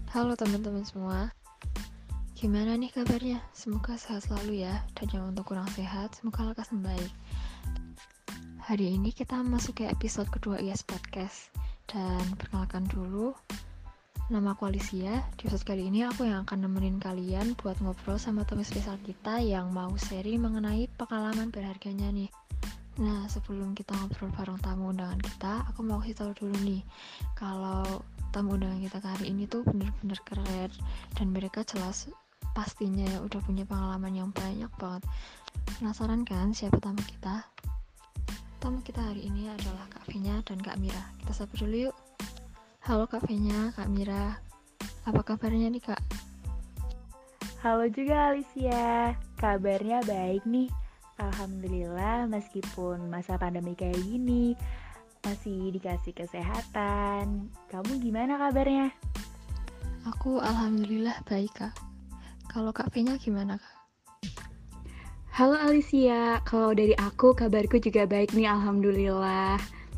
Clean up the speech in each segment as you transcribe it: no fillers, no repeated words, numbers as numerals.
Halo teman-teman semua, gimana nih kabarnya? Semoga sehat selalu ya, dan yang untuk kurang sehat, semoga lekas membaik. Hari ini kita masuk ke episode kedua IAS Podcast. Dan perkenalkan dulu, nama aku Alicia. Di episode kali ini aku yang akan nemenin kalian buat ngobrol sama tamu spesial kita yang mau sharing mengenai pengalaman berharganya nih. Nah, sebelum kita ngobrol bareng tamu undangan kita, aku mau kasih tahu dulu nih, kalau tamu undangan kita hari ini tuh bener-bener keren, dan mereka jelas pastinya udah punya pengalaman yang banyak banget. Penasaran kan siapa tamu kita? Tamu kita hari ini adalah Kak Venya dan Kak Mira. Kita sapa dulu yuk. Halo Kak Venya, Kak Mira, apa kabarnya nih Kak? Halo juga Alicia, kabarnya baik nih. Alhamdulillah meskipun masa pandemi kayak gini, masih dikasih kesehatan. Kamu gimana kabarnya? Aku alhamdulillah baik Kak. Kalau Kak Venya gimana Kak? Halo Alicia, kalau dari aku kabarku juga baik nih, alhamdulillah.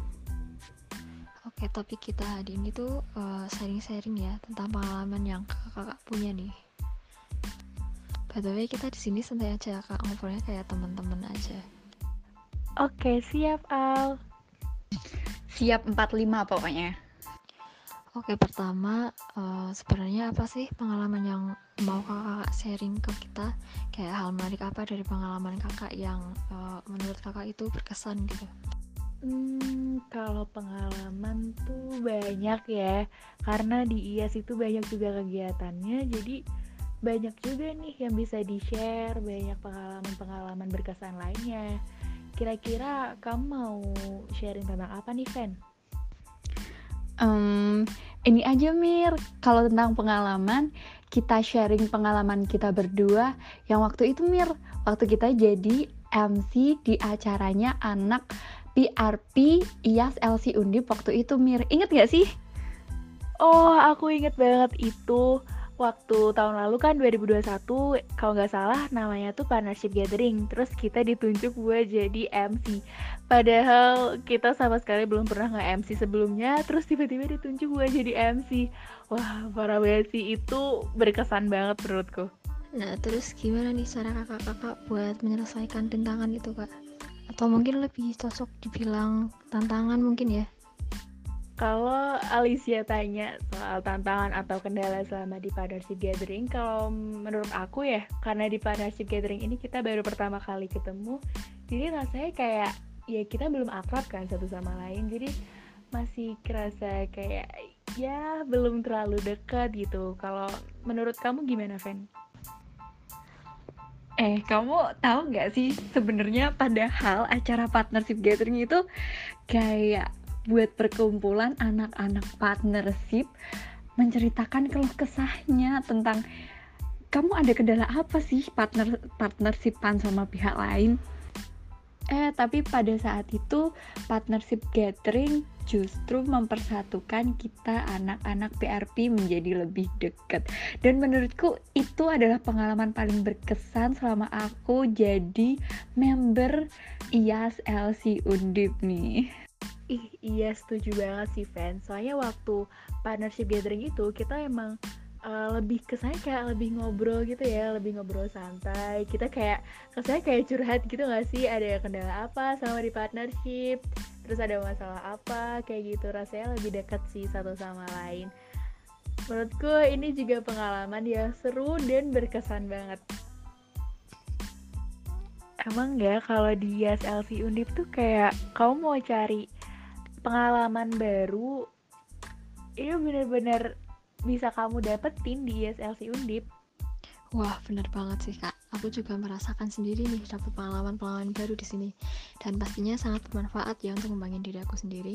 Oke, topik kita hari ini tuh sharing-sharing ya tentang pengalaman yang kakak punya nih. By the way, kita di sini santai aja kak, ngobrolnya kayak teman-teman aja. Oke, siap Al. Siap 45 pokoknya. Oke, pertama sebenarnya apa sih pengalaman yang mau kakak sharing ke kita? Kayak hal menarik apa dari pengalaman kakak yang menurut kakak itu berkesan gitu? Kalau pengalaman tuh banyak ya, karena di IAS itu banyak juga kegiatannya, jadi banyak juga nih yang bisa di-share, banyak pengalaman-pengalaman berkesan lainnya. Kira-kira kamu mau sharing tentang apa nih, Fen? Ini aja Mir, kalau tentang pengalaman, kita sharing pengalaman kita berdua yang waktu itu Mir, waktu kita jadi MC di acaranya anak PRP IAS LC Undip waktu itu Mir, inget gak sih? Oh, aku inget banget itu. Waktu tahun lalu kan 2021, kalau nggak salah namanya tuh Partnership Gathering. Terus kita ditunjuk buat jadi MC. Padahal kita sama sekali belum pernah nge-MC sebelumnya, terus tiba-tiba ditunjuk buat jadi MC. Wah, parah banget sih. Itu berkesan banget menurutku. Nah, terus gimana nih cara kakak-kakak buat menyelesaikan tantangan itu kak? Atau mungkin lebih cocok dibilang tantangan mungkin ya? Kalau Alicia tanya soal tantangan atau kendala selama di Partnership Gathering, kalau menurut aku ya, karena di Partnership Gathering ini kita baru pertama kali ketemu, jadi rasanya kayak ya kita belum akrab kan satu sama lain, jadi masih kerasa kayak ya belum terlalu dekat gitu. Kalau menurut kamu gimana, Fen? Kamu tahu nggak sih sebenarnya padahal acara Partnership Gathering itu kayak buat perkumpulan anak-anak partnership menceritakan keluh kesahnya tentang kamu ada kendala apa sih partnershipan sama pihak lain. Tapi pada saat itu Partnership Gathering justru mempersatukan kita anak-anak PRP menjadi lebih dekat. Dan menurutku itu adalah pengalaman paling berkesan selama aku jadi member IAS LC Undip nih. Iya setuju banget sih, Fen. Soalnya waktu Partnership Gathering itu kita emang lebih kesannya kayak lebih ngobrol gitu ya, lebih ngobrol santai. Kita kayak kesannya kayak curhat gitu gak sih, ada kendala apa sama di partnership, terus ada masalah apa, kayak gitu. Rasanya lebih dekat sih satu sama lain. Menurutku ini juga pengalaman yang seru dan berkesan banget. Emang gak kalau di YSLC Undip tuh kayak kamu mau cari pengalaman baru, ini bener-bener bisa kamu dapetin di ISLC Undip. Wah, bener banget sih kak. Aku juga merasakan sendiri nih dapat pengalaman-pengalaman baru di sini, dan pastinya sangat bermanfaat ya untuk ngembangin diri aku sendiri.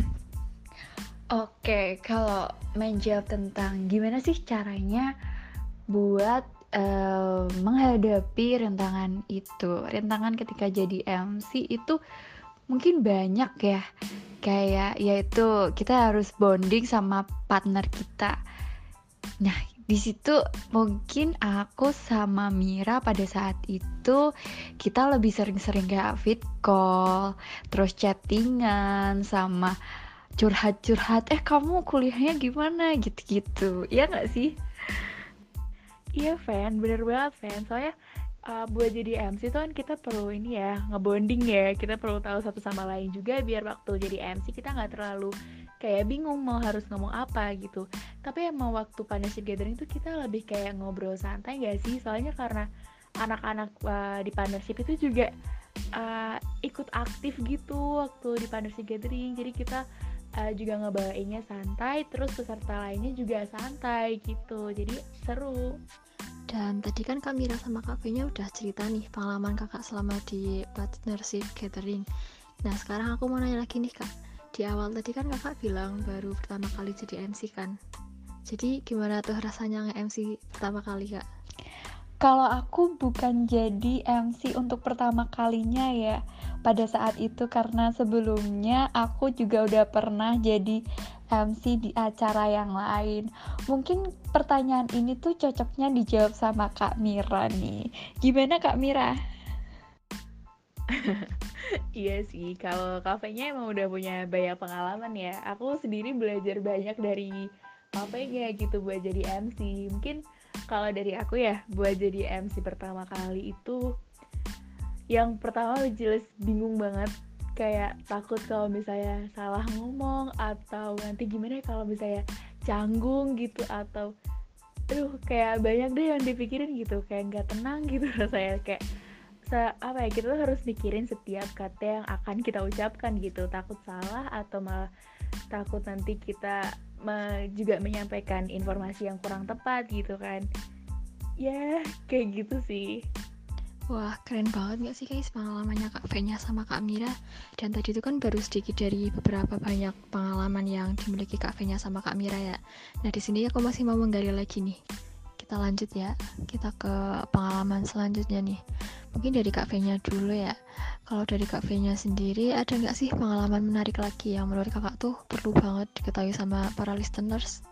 Oke, kalau menjawab tentang gimana sih caranya buat menghadapi rintangan itu, rintangan ketika jadi MC itu mungkin banyak ya, kayak yaitu kita harus bonding sama partner kita. Nah, di situ mungkin aku sama Mira pada saat itu kita lebih sering-sering kayak fit call, terus chattingan sama curhat-curhat, kamu kuliahnya gimana gitu-gitu, iya nggak sih? Iya, Fan, bener banget, Fan. Soalnya buat jadi MC tuh kan kita perlu ini ya, ngebonding ya. Kita perlu tahu satu sama lain juga biar waktu jadi MC kita nggak terlalu kayak bingung mau harus ngomong apa gitu. Tapi emang waktu partnership gathering tuh kita lebih kayak ngobrol santai gak sih? Soalnya karena anak-anak di partnership itu juga ikut aktif gitu waktu di partnership gathering. Jadi kita juga ngebawainnya santai, terus peserta lainnya juga santai gitu. Jadi seru. Dan tadi kan Kak Mira sama Kak Fenya udah cerita nih pengalaman kakak selama di partnership gathering. Nah sekarang aku mau nanya lagi nih Kak. Di awal tadi kan kakak bilang baru pertama kali jadi MC kan. Jadi gimana tuh rasanya nge-MC pertama kali Kak? Kalau aku bukan jadi MC untuk pertama kalinya ya pada saat itu, karena sebelumnya aku juga udah pernah jadi MC di acara yang lain. Mungkin pertanyaan ini tuh cocoknya dijawab sama Kak Mira nih. Gimana Kak Mira? Iya sih, kalau kafenya emang udah punya banyak pengalaman ya. Aku sendiri belajar banyak dari kafenya gitu buat jadi MC. Mungkin kalau dari aku ya, buat jadi MC pertama kali itu yang pertama jelas bingung banget. Kayak takut kalau misalnya salah ngomong, atau nanti gimana kalau misalnya canggung gitu, atau aduh kayak banyak deh yang dipikirin gitu, kayak nggak tenang gitu rasanya. Kayak apa ya, kita tuh harus mikirin setiap kata yang akan kita ucapkan gitu, takut salah atau malah takut nanti kita juga menyampaikan informasi yang kurang tepat gitu kan ya, kayak gitu sih. Wah keren banget gak sih guys pengalamannya Kak Fenya sama Kak Mira. Dan tadi itu kan baru sedikit dari beberapa banyak pengalaman yang dimiliki Kak Fenya sama Kak Mira ya. Nah di sini aku masih mau menggali lagi nih. Kita lanjut ya, kita ke pengalaman selanjutnya nih. Mungkin dari Kak Fenya dulu ya. Kalau dari Kak Fenya sendiri ada nggak sih pengalaman menarik lagi yang menurut kakak tuh perlu banget diketahui sama para listeners?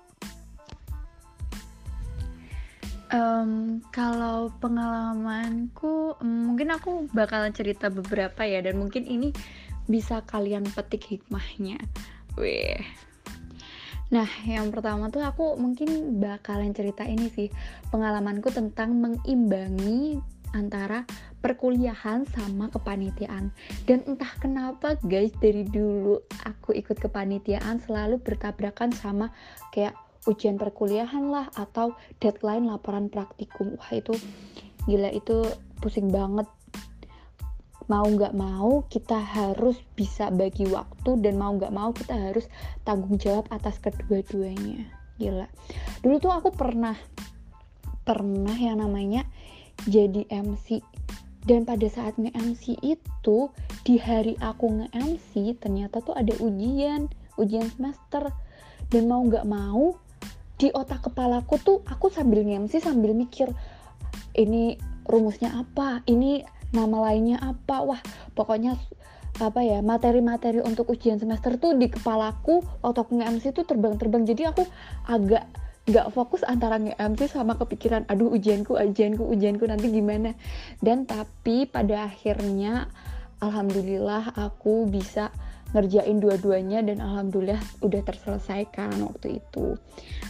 Kalau pengalamanku, mungkin aku bakalan cerita beberapa ya, dan mungkin ini bisa kalian petik hikmahnya. Weh. Nah, yang pertama tuh aku mungkin bakalan cerita ini sih, pengalamanku tentang mengimbangi antara perkuliahan sama kepanitiaan. Dan entah kenapa guys, dari dulu aku ikut kepanitiaan selalu bertabrakan sama kayak ujian perkuliahan lah, atau deadline laporan praktikum. Wah itu gila, itu pusing banget. Mau gak mau kita harus bisa bagi waktu, dan mau gak mau kita harus tanggung jawab atas kedua-duanya. Gila. Dulu tuh aku pernah yang namanya jadi MC. Dan pada saat nge-MC itu, di hari aku nge-MC ternyata tuh ada ujian semester. Dan mau gak mau, di otak kepalaku tuh aku sambil nge-MC sambil mikir, ini rumusnya apa, ini nama lainnya apa. Wah pokoknya apa ya, materi-materi untuk ujian semester tuh di kepalaku waktu aku nge-MC tuh terbang-terbang. Jadi aku agak gak fokus antara nge-MC sama kepikiran aduh ujianku nanti gimana. Dan tapi pada akhirnya alhamdulillah aku bisa ngerjain dua-duanya, dan alhamdulillah udah terselesaikan waktu itu.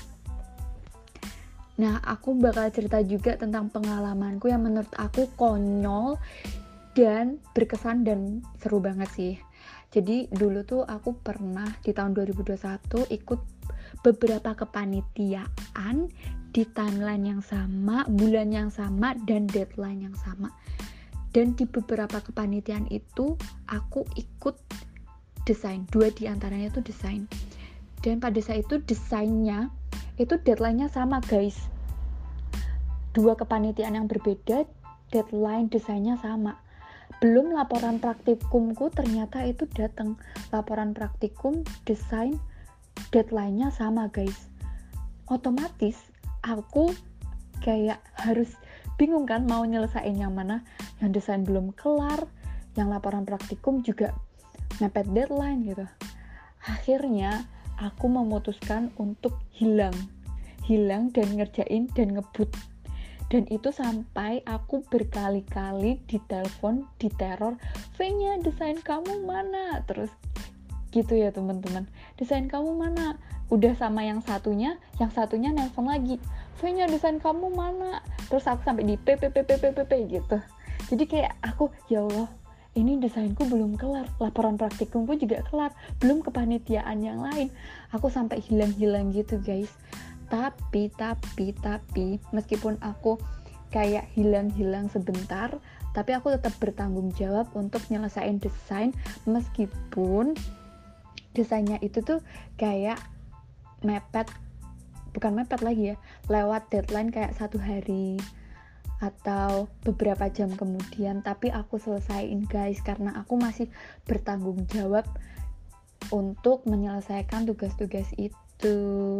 Nah, aku bakal cerita juga tentang pengalamanku yang menurut aku konyol dan berkesan dan seru banget sih. Jadi dulu tuh aku pernah di tahun 2021 ikut beberapa kepanitiaan di timeline yang sama, bulan yang sama, dan deadline yang sama. Dan di beberapa kepanitiaan itu aku ikut desain, 2 diantaranya itu desain. Dan pada saat itu desainnya itu deadline-nya sama guys. 2 kepanitiaan yang berbeda, deadline desainnya sama. Belum laporan praktikumku ternyata itu datang. Laporan praktikum, desain, deadline-nya sama guys. Otomatis aku kayak harus bingung kan mau nyelesain yang mana. Yang desain belum kelar, yang laporan praktikum juga mepet deadline gitu. Akhirnya aku memutuskan untuk hilang dan ngerjain dan ngebut. Dan itu sampai aku berkali-kali ditelepon, diteror, Fenya desain kamu mana? Terus gitu ya teman-teman. Desain kamu mana? Udah sama yang satunya nelpon lagi, V-nya desain kamu mana? Terus aku sampai di P gitu. Jadi kayak aku, ya Allah, ini desainku belum kelar, laporan praktikumku juga kelar, belum kepanitiaan yang lain. Aku sampai hilang-hilang gitu guys. Tapi meskipun aku kayak hilang-hilang sebentar, tapi aku tetap bertanggung jawab untuk nyelesain desain, meskipun desainnya itu tuh kayak bukan mepet lagi ya, lewat deadline kayak 1 hari atau beberapa jam kemudian, tapi aku selesaiin guys, karena aku masih bertanggung jawab untuk menyelesaikan tugas-tugas itu,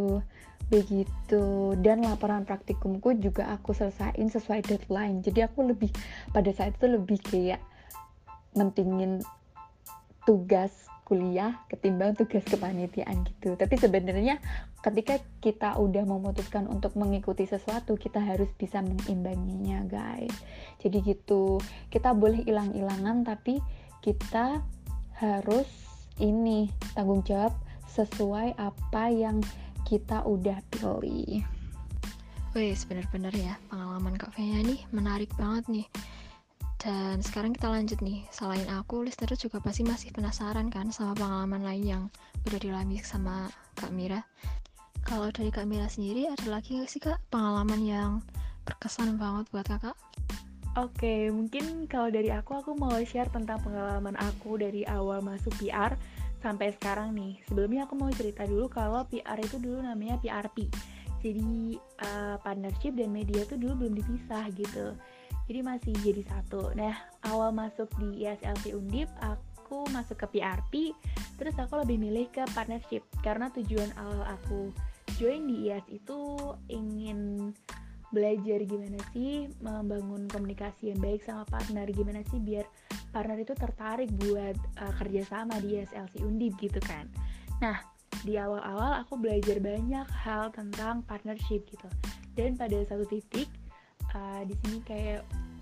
begitu. Dan laporan praktikumku juga aku selesaiin sesuai deadline, jadi aku lebih pada saat itu lebih kayak mentingin tugas kuliah ketimbang tugas kepanitiaan gitu. Tapi sebenarnya ketika kita udah memutuskan untuk mengikuti sesuatu, kita harus bisa mengimbanginya guys. Jadi gitu, kita boleh hilang-hilangan tapi kita harus ini tanggung jawab sesuai apa yang kita udah pilih. Wih, bener-bener ya, pengalaman Kak Fenya nih menarik banget nih. Dan sekarang kita lanjut nih. Selain aku, listener juga pasti masih penasaran kan sama pengalaman lain yang udah dialami sama Kak Mira. Kalau dari Kak Mira sendiri, ada lagi gak sih Kak pengalaman yang berkesan banget buat Kakak? Oke, mungkin kalau dari aku mau share tentang pengalaman aku dari awal masuk PR sampai sekarang nih. Sebelumnya aku mau cerita dulu kalau PR itu dulu namanya PRP. Jadi partnership dan media tuh dulu belum dipisah gitu. Jadi masih jadi satu. Nah, awal masuk di ISLC Undip, aku masuk ke PRP, terus aku lebih milih ke partnership karena tujuan awal aku join di IAS itu ingin belajar gimana sih membangun komunikasi yang baik sama partner, gimana sih biar partner itu tertarik buat kerjasama di ISLC Undip gitu kan. Nah, di awal-awal aku belajar banyak hal tentang partnership gitu. Dan pada satu titik di sini kayak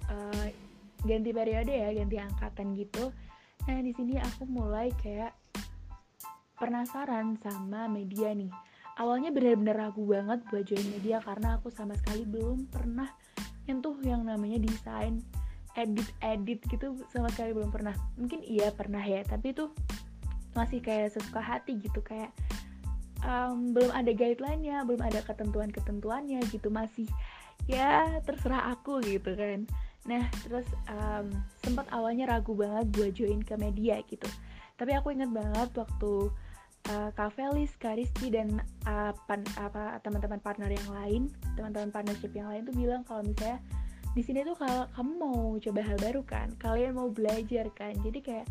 ganti periode ya, ganti angkatan gitu. Nah, di sini aku mulai kayak penasaran sama media nih. Awalnya benar-benar ragu banget buat join media karena aku sama sekali belum pernah nyentuh yang namanya desain, edit gitu, sama sekali belum pernah. Mungkin iya pernah ya, tapi itu masih kayak sesuka hati gitu, kayak belum ada guideline-nya, belum ada ketentuan-ketentuannya gitu, masih ya terserah aku gitu kan. Nah, terus sempat awalnya ragu banget buat join ke media gitu. Tapi aku ingat banget waktu Kak Felis, Kak Rizky, dan teman-teman partner yang lain, teman-teman partnership yang lain tuh bilang kalau misalnya di sini tuh kalau kamu mau coba hal baru kan, kalian mau belajar kan, jadi kayak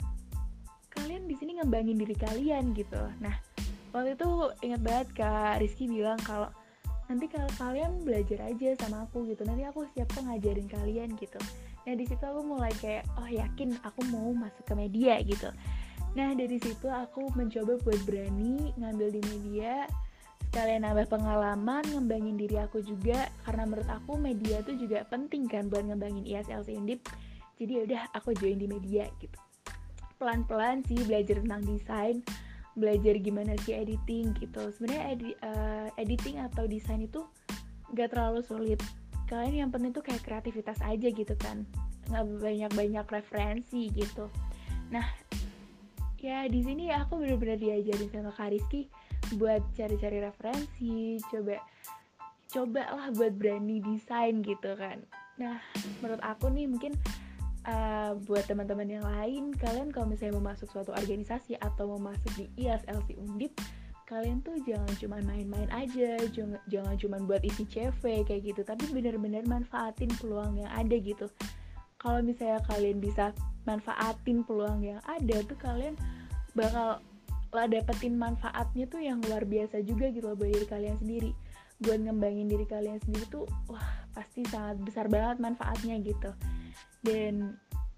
kalian di sini ngembangin diri kalian gitu. Nah, waktu itu ingat banget Kak Rizky bilang kalau nanti kalau kalian belajar aja sama aku gitu, nanti aku siap kok ngajarin kalian gitu. Nah, di situ aku mulai kayak oh yakin aku mau masuk ke media gitu. Nah, dari situ aku mencoba buat berani ngambil di media, sekalian nambah pengalaman, ngembangin diri aku juga, karena menurut aku media tuh juga penting kan buat ngembangin ISLC Undip. Jadi yaudah aku join di media gitu. Pelan-pelan sih belajar tentang desain, belajar gimana sih editing gitu. Sebenarnya editing atau desain itu gak terlalu sulit. Kalian yang penting tuh kayak kreativitas aja gitu kan, nggak banyak-banyak referensi gitu. Nah, ya di sini aku benar-benar diajarin sama Kak Rizky buat cari-cari referensi, coba lah buat berani desain gitu kan. Nah, menurut aku nih mungkin buat teman-teman yang lain, kalian kalau misalnya mau masuk suatu organisasi atau mau masuk di ISLC Undip, kalian tuh jangan cuma main-main aja, jangan cuma buat isi CV kayak gitu, tapi benar-benar manfaatin peluang yang ada gitu. Kalau misalnya kalian bisa manfaatin peluang yang ada tuh, kalian bakal dapetin manfaatnya tuh yang luar biasa juga gitu loh buat diri kalian sendiri. Buat ngembangin diri kalian sendiri tuh wah pasti sangat besar banget manfaatnya gitu. Dan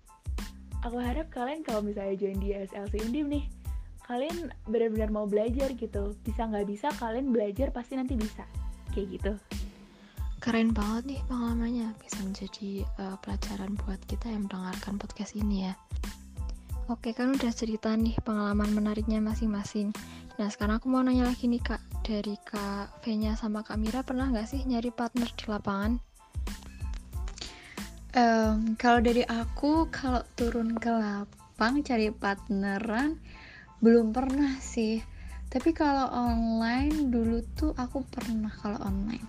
aku harap kalian kalau misalnya join di ISLC Undip nih, kalian benar-benar mau belajar gitu. Bisa nggak bisa kalian belajar pasti nanti bisa kayak gitu. Keren banget nih pengalamannya, bisa menjadi pelajaran buat kita yang mendengarkan podcast ini ya. Oke, kan udah cerita nih pengalaman menariknya masing-masing. Nah, sekarang aku mau nanya lagi nih Kak, dari Kak Venya sama Kak Mira pernah nggak sih nyari partner di lapangan? Kalau dari aku, kalau turun ke lapang cari partneran belum pernah sih. Tapi kalau online dulu tuh aku pernah kalau online.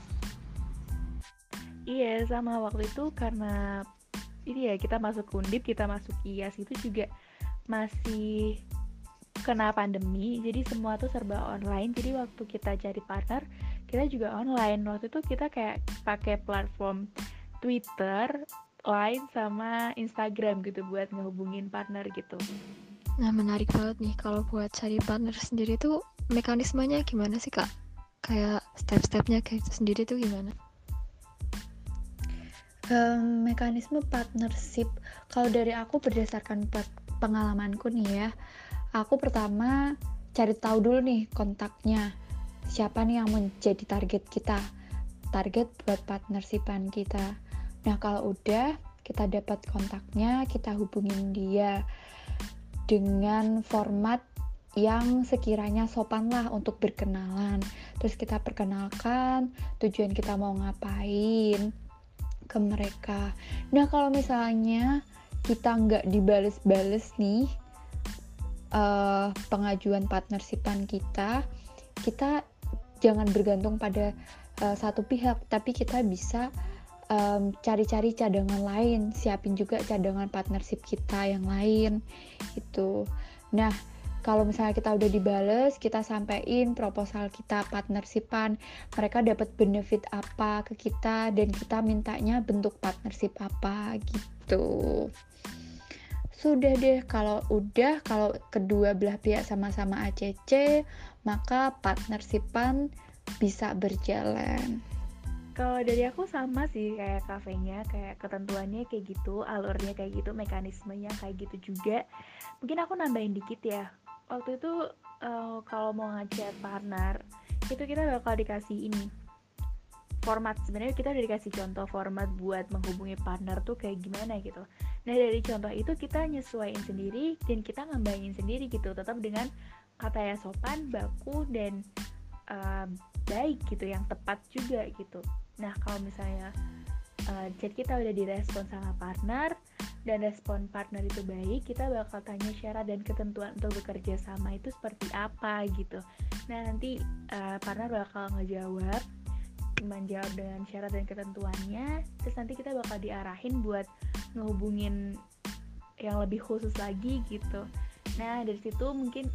Iya, sama waktu itu karena ini ya kita masuk Undip, kita masuk IAS itu juga masih kena pandemi, jadi semua tuh serba online. Jadi waktu kita cari partner, kita juga online. Waktu itu kita kayak pakai platform Twitter, Line, sama Instagram gitu buat ngehubungin partner gitu. Nah, menarik banget nih kalau buat cari partner sendiri tuh mekanismenya gimana sih Kak? Kayak step-stepnya kayak itu sendiri tuh gimana? Mekanisme partnership kalau dari aku berdasarkan pengalamanku nih ya, aku pertama cari tahu dulu nih kontaknya, siapa nih yang menjadi target buat partnershipan kita. Nah kalau udah kita dapat kontaknya, kita hubungin dia dengan format yang sekiranya sopan lah untuk berkenalan. Terus kita perkenalkan tujuan kita mau ngapain ke mereka. Nah kalau misalnya kita nggak dibales-bales nih pengajuan partnershipan kita jangan bergantung pada satu pihak, tapi kita bisa cari-cari cadangan lain, siapin juga cadangan partnership kita yang lain gitu. Nah kalau misalnya kita udah dibales, kita sampein proposal kita partnershipan, mereka dapat benefit apa ke kita, dan kita mintanya bentuk partnership apa gitu. Sudah deh, kalau kedua belah pihak sama-sama ACC, maka partnershipan bisa berjalan. Kalau dari aku sama sih kayak kafenya, kayak ketentuannya kayak gitu, alurnya kayak gitu, mekanismenya kayak gitu juga. Mungkin aku nambahin dikit ya. Waktu itu kalau mau ngechat partner, itu kita bakal dikasih ini format. Sebenarnya kita udah dikasih contoh format buat menghubungi partner tuh kayak gimana gitu. Nah dari contoh itu kita nyesuaiin sendiri dan kita ngembangin sendiri gitu, tetap dengan kata yang sopan, baku, dan baik gitu, yang tepat juga gitu. Nah kalau misalnya chat kita udah direspon sama partner dan respon partner itu baik, kita bakal tanya syarat dan ketentuan untuk bekerja sama itu seperti apa gitu. Nah nanti partner bakal menjawab dengan syarat dan ketentuannya, terus nanti kita bakal diarahin buat ngehubungin yang lebih khusus lagi gitu. Nah dari situ mungkin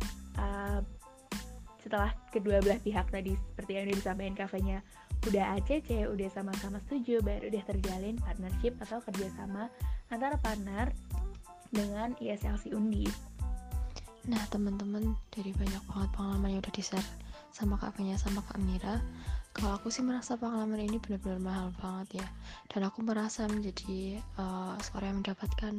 setelah kedua belah pihak tadi seperti yang udah disampaikan kafenya udah ACC, udah sama-sama setuju, baru udah terjalin partnership atau kerjasama antara partner dengan ISLC Undip. Nah teman-teman, dari banyak banget pengalaman yang udah di-share sama Kak Venya sama Kak Mira, kalau aku sih merasa pengalaman ini benar-benar mahal banget ya, dan aku merasa menjadi seorang yang mendapatkan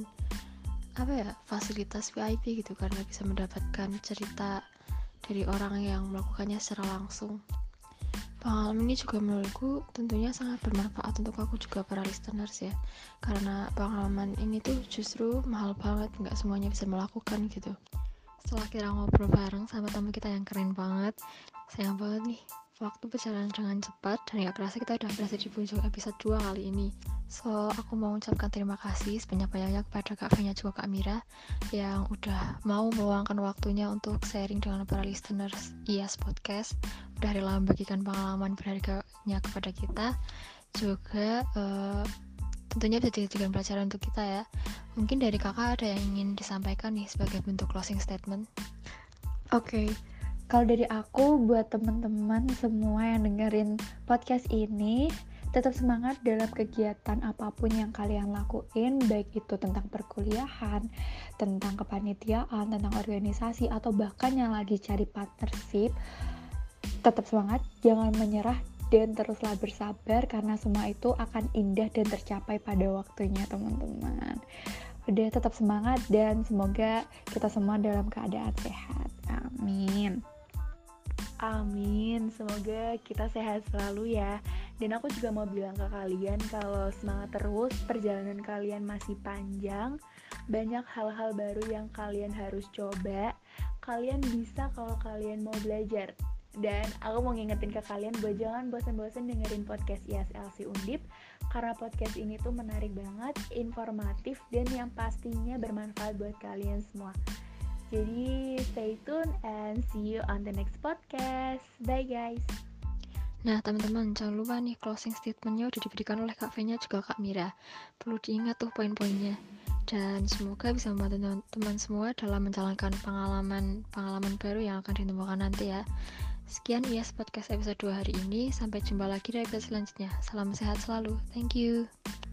fasilitas VIP gitu, karena bisa mendapatkan cerita dari orang yang melakukannya secara langsung. Pengalaman ini juga menurutku tentunya sangat bermanfaat untuk aku juga para listeners ya, karena pengalaman ini tuh justru mahal banget, nggak semuanya bisa melakukan gitu. Setelah kita ngobrol bareng sama teman kita yang keren banget, sayang banget nih waktu berjalan dengan cepat dan gak kerasa kita udah berhasil di penghujung episode 2 kali ini. So aku mau ucapkan terima kasih sebanyak-banyaknya kepada Kak Venya juga Kak Mira yang udah mau meluangkan waktunya untuk sharing dengan para listeners IAS Podcast, udah rela membagikan pengalaman berharganya kepada kita, juga tentunya bisa dijadikan pelajaran untuk kita ya. Mungkin dari kakak ada yang ingin disampaikan nih sebagai bentuk closing statement? Oke. Kalau dari aku, buat teman-teman semua yang dengerin podcast ini, tetap semangat dalam kegiatan apapun yang kalian lakuin, baik itu tentang perkuliahan, tentang kepanitiaan, tentang organisasi, atau bahkan yang lagi cari partnership. Tetap semangat, jangan menyerah, dan teruslah bersabar, karena semua itu akan indah dan tercapai pada waktunya, teman-teman. Udah, tetap semangat, dan semoga kita semua dalam keadaan sehat. Amin. Amin, semoga kita sehat selalu ya. Dan aku juga mau bilang ke kalian kalau semangat terus, perjalanan kalian masih panjang. banyak hal-hal baru yang kalian harus coba. Kalian bisa kalau kalian mau belajar. Dan aku mau ngingetin ke kalian buat jangan bosan-bosan dengerin podcast ISLC Undip, karena podcast ini tuh menarik banget, informatif, dan yang pastinya bermanfaat buat kalian semua. Jadi stay tune and see you on the next podcast. Bye guys. Nah teman-teman, jangan lupa nih closing statementnya udah diberikan oleh Kak Venya juga Kak Mira. Perlu diingat tuh poin-poinnya. Dan semoga bisa membantu teman-teman semua dalam menjalankan pengalaman baru yang akan ditemukan nanti ya. Sekian IAS Podcast episode 2 hari ini. Sampai jumpa lagi di episode selanjutnya. Salam sehat selalu. Thank you.